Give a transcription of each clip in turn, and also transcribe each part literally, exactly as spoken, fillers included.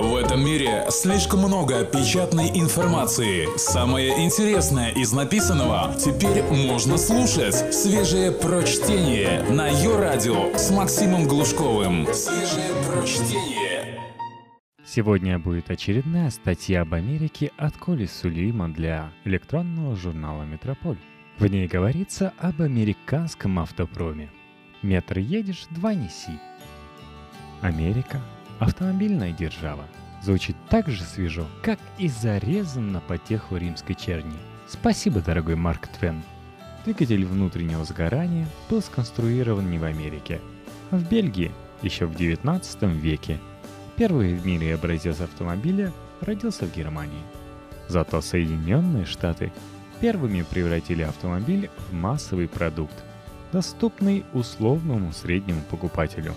В этом мире слишком много печатной информации. Самое интересное из написанного теперь можно слушать. Свежее прочтение на Ё-радио с Максимом Глушковым. Свежее прочтение. Сегодня будет очередная статья об Америке от Коли Сулима для электронного журнала «Метрополь». В ней говорится об американском автопроме. Метр едешь, два неси. Америка – автомобильная держава. Звучит так же свежо, как и зарезан на потеху римской черни. Спасибо, дорогой Марк Твен. Двигатель внутреннего сгорания был сконструирован не в Америке, а в Бельгии еще в девятнадцатом веке. Первый в мире образец автомобиля родился в Германии. Зато Соединенные Штаты первыми превратили автомобиль в массовый продукт, доступный условному среднему покупателю.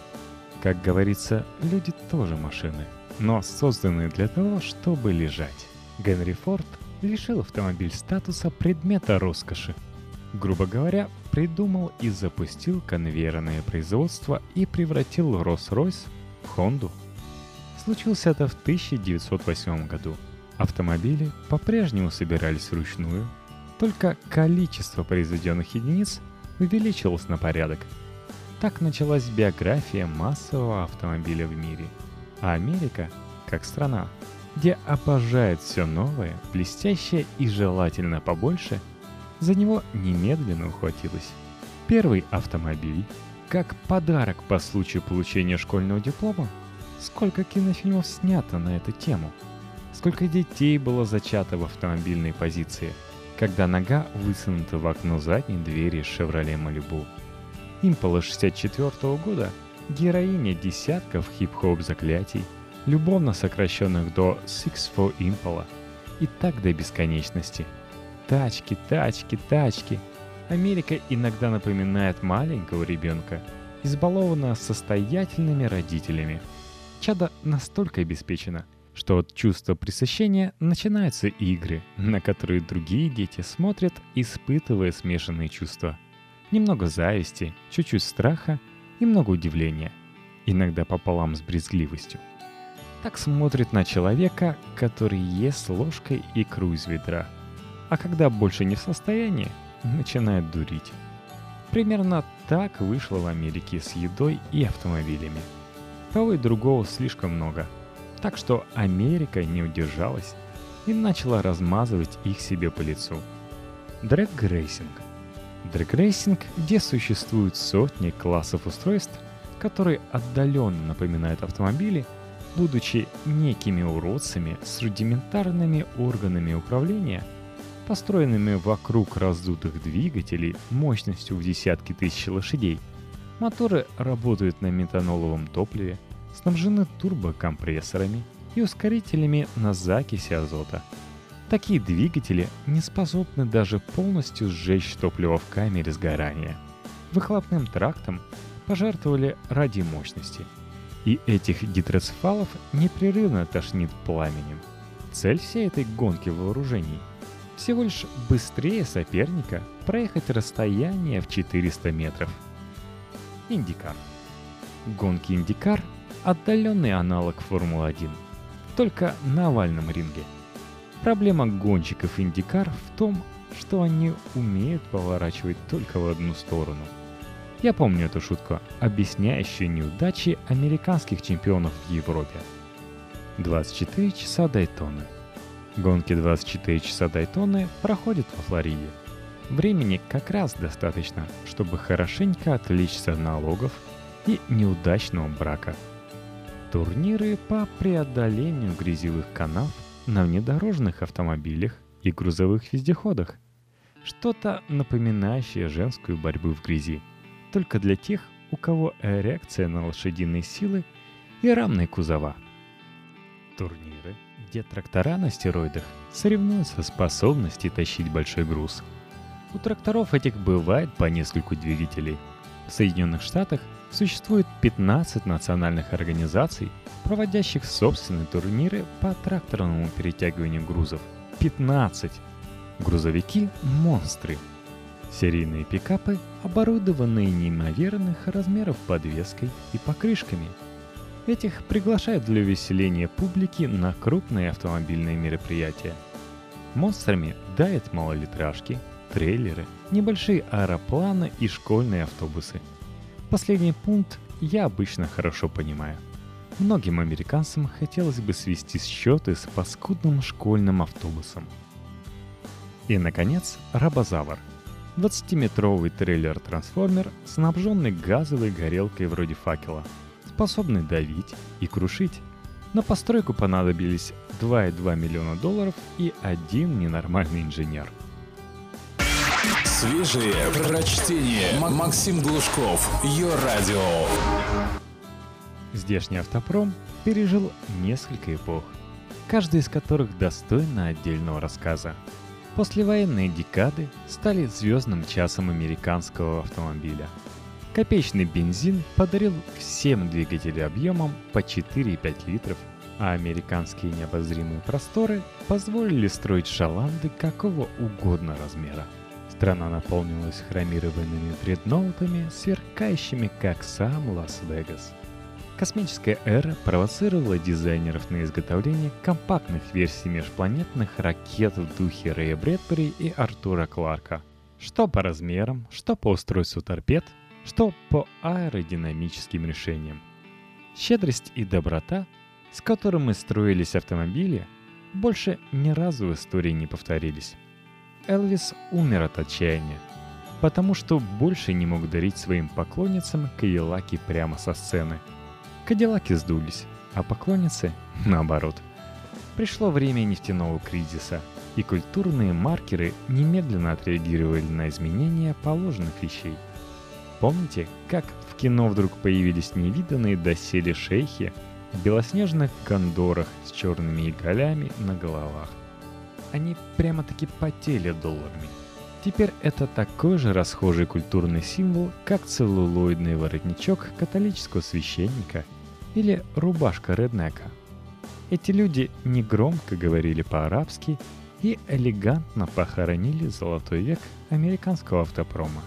Как говорится, люди тоже машины, но созданные для того, чтобы лежать. Генри Форд лишил автомобиль статуса предмета роскоши. Грубо говоря, придумал и запустил конвейерное производство и превратил Rolls-Royce в Хонду. Случилось это в тысяча девятьсот восьмом году. Автомобили по-прежнему собирались вручную, только количество произведенных единиц увеличилось на порядок. Так началась биография массового автомобиля в мире. А Америка, как страна, где обожает все новое, блестящее и желательно побольше, за него немедленно ухватилась. Первый автомобиль, как подарок по случаю получения школьного диплома. Сколько кинофильмов снято на эту тему? Сколько детей было зачато в автомобильной позиции, когда нога высунута в окно задней двери «Шевроле Малибу». Импала шестьдесят четвёртого года — героиня десятков хип-хоп заклятий, любовно сокращенных до Six for Impala, и так до бесконечности. Тачки, тачки, тачки. Америка иногда напоминает маленького ребенка, избалованного состоятельными родителями. Чадо настолько обеспечено, что от чувства пресыщения начинаются игры, на которые другие дети смотрят, испытывая смешанные чувства. Немного зависти, чуть-чуть страха и много удивления, иногда пополам с брезгливостью. Так смотрит на человека, который ест ложкой икру из ведра, а когда больше не в состоянии, начинает дурить. Примерно так вышло в Америке с едой и автомобилями. Того и другого слишком много, так что Америка не удержалась и начала размазывать их себе по лицу. Дрэг-рейсинг. Дрэг-рейсинг, где существуют сотни классов устройств, которые отдаленно напоминают автомобили, будучи некими уродцами с рудиментарными органами управления, построенными вокруг раздутых двигателей мощностью в десятки тысяч лошадей. Моторы работают на метаноловом топливе, снабжены турбокомпрессорами и ускорителями на закиси азота. Такие двигатели не способны даже полностью сжечь топливо в камере сгорания. Выхлопным трактом пожертвовали ради мощности. И этих гидроцефалов непрерывно тошнит пламенем. Цель всей этой гонки вооружений — всего лишь быстрее соперника проехать расстояние в четыреста метров. Индикар. Гонки Индикар — отдаленный аналог Формулы один, только на овальном ринге. Проблема гонщиков Индикар в том, что они умеют поворачивать только в одну сторону. Я помню эту шутку, объясняющую неудачи американских чемпионов в Европе. двадцать четыре часа Дайтоны. Гонки двадцать четыре часа Дайтоны проходят во Флориде. Времени как раз достаточно, чтобы хорошенько отвлечься от налогов и неудачного брака. Турниры по преодолению грязевых канав на внедорожных автомобилях и грузовых вездеходах. Что-то напоминающее женскую борьбу в грязи, только для тех, у кого эрекция на лошадиные силы и рамные кузова. Турниры, где трактора на стероидах соревнуются в способности тащить большой груз. У тракторов этих бывает по нескольку двигателей. В Соединенных Штатах существует пятнадцать национальных организаций, проводящих собственные турниры по тракторному перетягиванию грузов. пятнадцать! Грузовики – монстры. Серийные пикапы, оборудованные неимоверных размеров подвеской и покрышками. Этих приглашают для увеселения публики на крупные автомобильные мероприятия. Монстрами давят малолитражки, трейлеры, небольшие аэропланы и школьные автобусы. Последний пункт я обычно хорошо понимаю. Многим американцам хотелось бы свести счеты с паскудным школьным автобусом. И, наконец, робозавр. двадцатиметровый трейлер-трансформер, снабженный газовой горелкой вроде факела, способный давить и крушить. На постройку понадобились два и два миллиона долларов и один ненормальный инженер. Свежие прочтение. Максим Глушков. Йо-радио. Здешний автопром пережил несколько эпох, каждая из которых достойна отдельного рассказа. Послевоенные декады стали звездным часом американского автомобиля. Копеечный бензин подарил всем двигатели объемом по четыре и пять литров, а американские необозримые просторы позволили строить шаланды какого угодно размера. Страна наполнилась хромированными дредноутами, сверкающими как сам Лас-Вегас. Космическая эра провоцировала дизайнеров на изготовление компактных версий межпланетных ракет в духе Рэя Брэдбери и Артура Кларка. Что по размерам, что по устройству торпед, что по аэродинамическим решениям. Щедрость и доброта, с которыми строились автомобили, больше ни разу в истории не повторились. Элвис умер от отчаяния, потому что больше не мог дарить своим поклонницам кадиллаки прямо со сцены. Кадиллаки сдулись, а поклонницы — наоборот. Пришло время нефтяного кризиса, и культурные маркеры немедленно отреагировали на изменения положенных вещей. Помните, как в кино вдруг появились невиданные доселе шейхи в белоснежных гондорах с черными иголями на головах? Они прямо-таки потели долларами. Теперь это такой же расхожий культурный символ, как целлулоидный воротничок католического священника или рубашка реднека. Эти люди негромко говорили по-арабски и элегантно похоронили золотой век американского автопрома.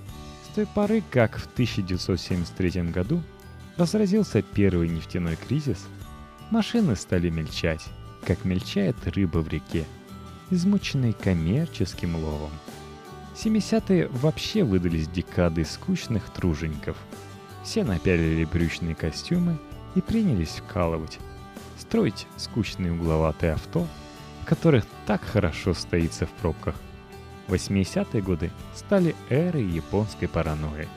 С той поры, как в тысяча девятьсот семьдесят третьем году разразился первый нефтяной кризис, машины стали мельчать, как мельчает рыба в реке, измученной коммерческим ловом. семидесятые вообще выдались декадой скучных тружеников. Все напялили брючные костюмы и принялись вкалывать, строить скучные угловатые авто, в которых так хорошо стоится в пробках. восьмидесятые годы стали эрой японской паранойи.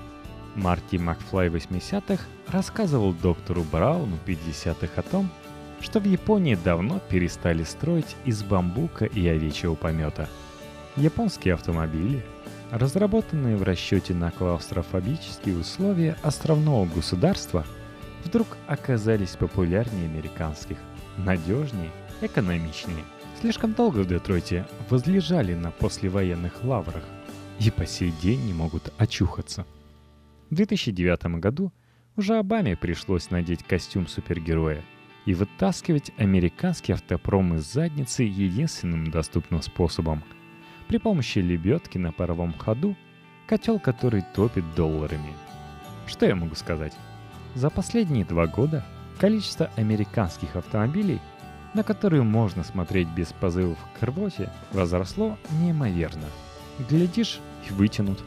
Марти Макфлай в восьмидесятых рассказывал доктору Брауну в пятидесятых о том, что в Японии давно перестали строить из бамбука и овечьего помета. Японские автомобили, разработанные в расчете на клаустрофобические условия островного государства, вдруг оказались популярнее американских, надежнее, экономичнее. Слишком долго в Детройте возлежали на послевоенных лаврах и по сей день не могут очухаться. В две тысячи девятом году уже Обаме пришлось надеть костюм супергероя и вытаскивать американский автопром из задницы единственным доступным способом – при помощи лебедки на паровом ходу, котел, который топит долларами. Что я могу сказать? За последние два года количество американских автомобилей, на которые можно смотреть без позывов к рвоте, возросло неимоверно. Глядишь, и вытянут.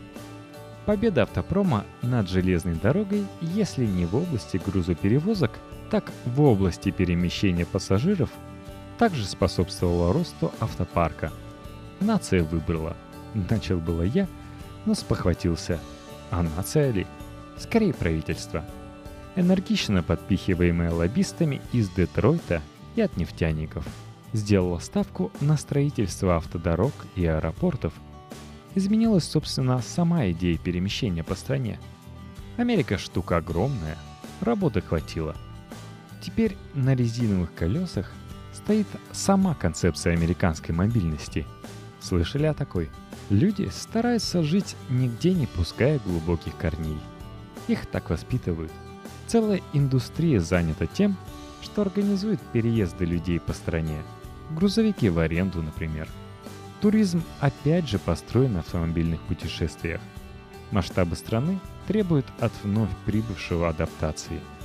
Победа автопрома над железной дорогой, если не в области грузоперевозок, так в области перемещения пассажиров, также способствовала росту автопарка. Нация выбрала. Начал было я, но спохватился. А нация ли? Скорее правительство. Энергично подпихиваемое лоббистами из Детройта и от нефтяников, сделало ставку на строительство автодорог и аэропортов. Изменилась, собственно, сама идея перемещения по стране. Америка штука огромная, работы хватило. Теперь на резиновых колесах стоит сама концепция американской мобильности. Слышали о такой? Люди стараются жить нигде, не пуская глубоких корней. Их так воспитывают. Целая индустрия занята тем, что организует переезды людей по стране. Грузовики в аренду, например. Туризм опять же построен на автомобильных путешествиях. Масштабы страны требуют от вновь прибывшего адаптации.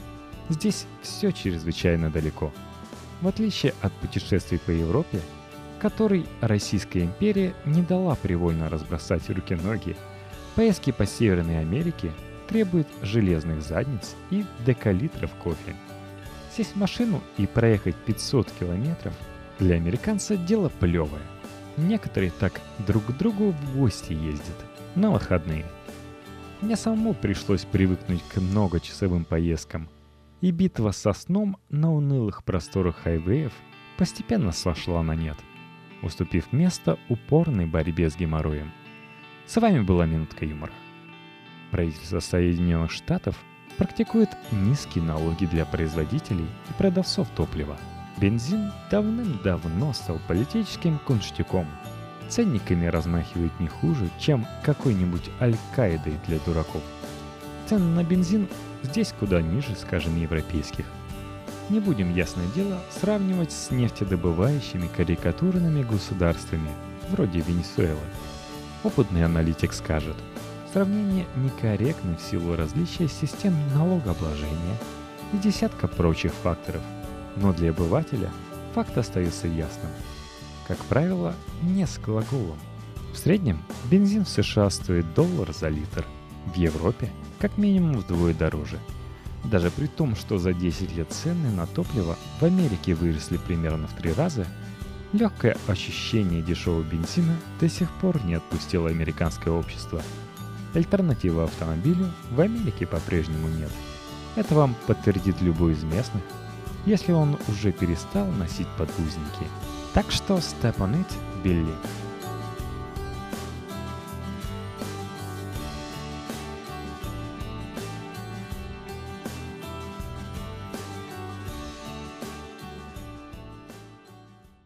Здесь все чрезвычайно далеко. В отличие от путешествий по Европе, которой Российская империя не дала привольно разбросать руки-ноги, поездки по Северной Америке требуют железных задниц и декалитров кофе. Сесть в машину и проехать пятьсот километров для американца дело плевое. Некоторые так друг к другу в гости ездят на выходные. Мне самому пришлось привыкнуть к многочасовым поездкам, и битва со сном на унылых просторах хайвеев постепенно сошла на нет, уступив место упорной борьбе с геморроем. С вами была Минутка юмора. Правительство Соединенных Штатов практикует низкие налоги для производителей и продавцов топлива. Бензин давным-давно стал политическим кунштюком. Ценниками размахивают не хуже, чем какой-нибудь Аль-Каидой для дураков. Цены на бензин здесь куда ниже, скажем, европейских. Не будем, ясное дело, сравнивать с нефтедобывающими карикатурными государствами, вроде Венесуэлы. Опытный аналитик скажет, сравнение некорректно в силу различия систем налогообложения и десятка прочих факторов. Но для обывателя факт остается ясным. Как правило, не с глаголом. В среднем бензин в США стоит доллар за литр, в Европе как минимум вдвое дороже. Даже при том, что за десять лет цены на топливо в Америке выросли примерно в три раза, легкое ощущение дешевого бензина до сих пор не отпустило американское общество. Альтернативы автомобилю в Америке по-прежнему нет. Это вам подтвердит любой из местных, если он уже перестал носить подгузники. Так что step on it, Билли.